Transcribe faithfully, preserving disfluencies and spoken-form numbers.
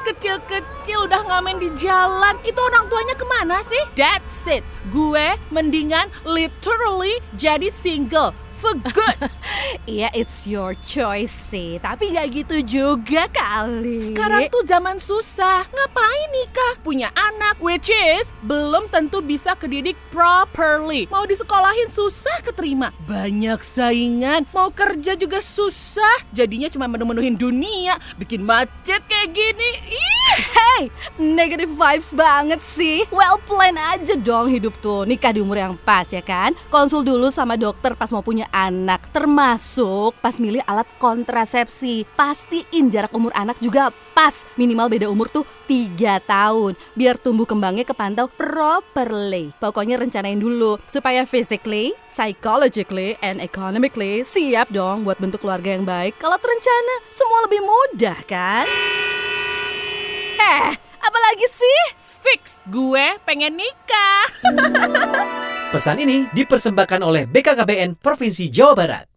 kecil-kecil udah ngamen di jalan. Itu orang tuanya kemana sih? That's it. Gue mendingan literally jadi single for good. Iya, it's your choice sih. Tapi gak gitu juga kali. Sekarang tuh zaman susah. Ngapain nikah? Punya anak, which is belum tentu bisa kedidik properly. Mau disekolahin susah keterima. Banyak saingan. Mau kerja juga susah. Jadinya cuma menu-menuhin dunia. Bikin macet kayak gini. Ih. Hey, negative vibes banget sih. Well plan aja dong hidup tuh. Nikah di umur yang pas ya kan. Konsul dulu sama dokter pas mau punya anak. Termasuk pas milih alat kontrasepsi. Pastiin jarak umur anak juga pas. Minimal beda umur tuh tiga tahun. Biar tumbuh kembangnya kepantau properly. Pokoknya rencanain dulu. Supaya physically, psychologically, and economically siap dong buat bentuk keluarga yang baik. Kalau terencana, semua lebih mudah kan? Eh, apalagi sih? Fix, gue pengen nikah. Pesan ini dipersembahkan oleh B K K B N Provinsi Jawa Barat.